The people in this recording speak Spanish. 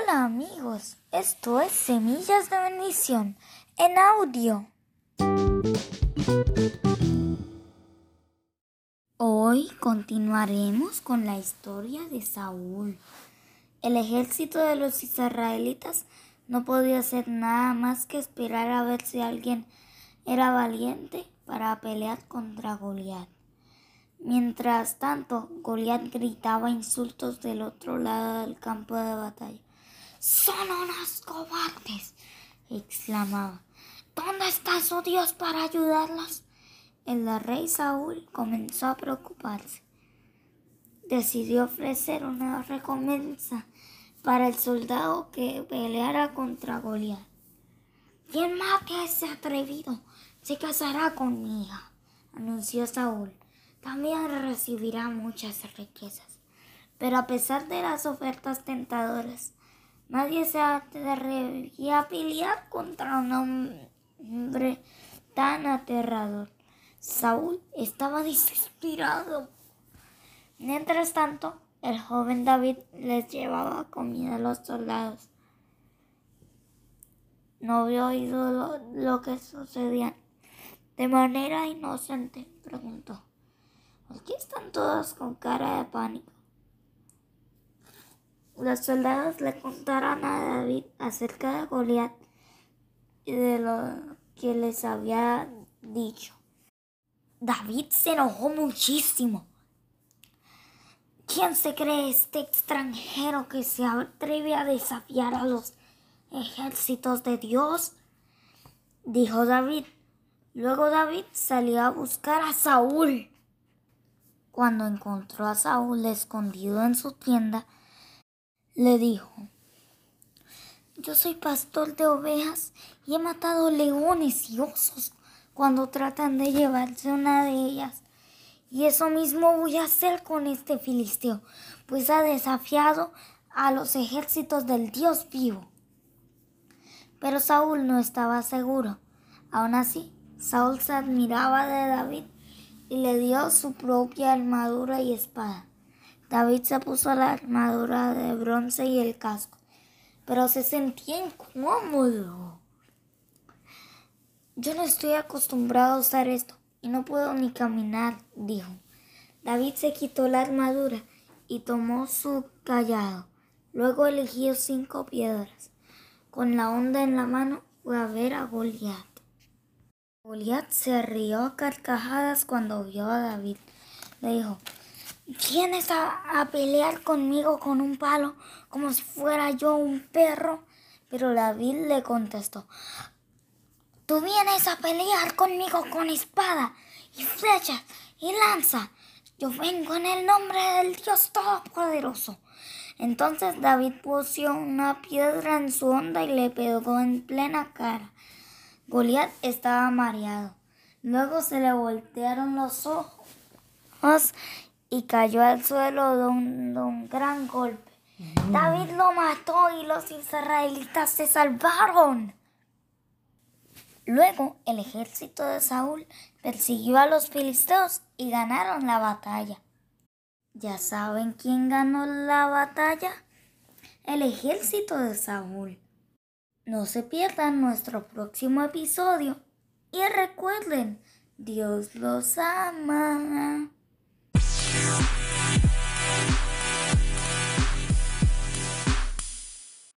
Hola amigos, esto es Semillas de Bendición en audio. Hoy continuaremos con la historia de Saúl. El ejército de los israelitas no podía hacer nada más que esperar a ver si alguien era valiente para pelear contra Goliat. Mientras tanto, Goliat gritaba insultos del otro lado del campo de batalla. «¡Son unos cobardes!», exclamaba. «¿Dónde está su Dios para ayudarlos?». El rey Saúl comenzó a preocuparse. Decidió ofrecer una recompensa para el soldado que peleara contra Goliat. «Quien mate a ese atrevido se casará con mi hija», anunció Saúl. «También recibirá muchas riquezas». Pero a pesar de las ofertas tentadoras, nadie se atrevía a pelear contra un hombre tan aterrador. Saúl estaba desesperado. Mientras tanto, el joven David les llevaba comida a los soldados. No había oído lo que sucedía. De manera inocente, preguntó: «¿Por qué están todos con cara de pánico?». Los soldados le contaron a David acerca de Goliat y de lo que les había dicho. David se enojó muchísimo. ¿Quién se cree este extranjero que se atreve a desafiar a los ejércitos de Dios?, dijo David. Luego David salió a buscar a Saúl. Cuando encontró a Saúl escondido en su tienda, le dijo: «Yo soy pastor de ovejas y he matado leones y osos cuando tratan de llevarse una de ellas. Y eso mismo voy a hacer con este filisteo, pues ha desafiado a los ejércitos del Dios vivo». Pero Saúl no estaba seguro. Aún así, Saúl se admiraba de David y le dio su propia armadura y espada. David se puso la armadura de bronce y el casco, pero se sentía incómodo. «Yo no estoy acostumbrado a usar esto y no puedo ni caminar», dijo. David se quitó la armadura y tomó su cayado. Luego eligió 5 piedras. Con la honda en la mano fue a ver a Goliat. Goliat se rió a carcajadas cuando vio a David. Le dijo: «¿Vienes a pelear conmigo con un palo como si fuera yo un perro?». Pero David le contestó: «Tú vienes a pelear conmigo con espada y flechas y lanza. Yo vengo en el nombre del Dios Todopoderoso». Entonces David puso una piedra en su honda y le pegó en plena cara. Goliat estaba mareado. Luego se le voltearon los ojos y cayó al suelo de un gran golpe. David lo mató y los israelitas se salvaron. Luego el ejército de Saúl persiguió a los filisteos y ganaron la batalla. ¿Ya saben quién ganó la batalla? El ejército de Saúl. No se pierdan nuestro próximo episodio y recuerden, Dios los ama.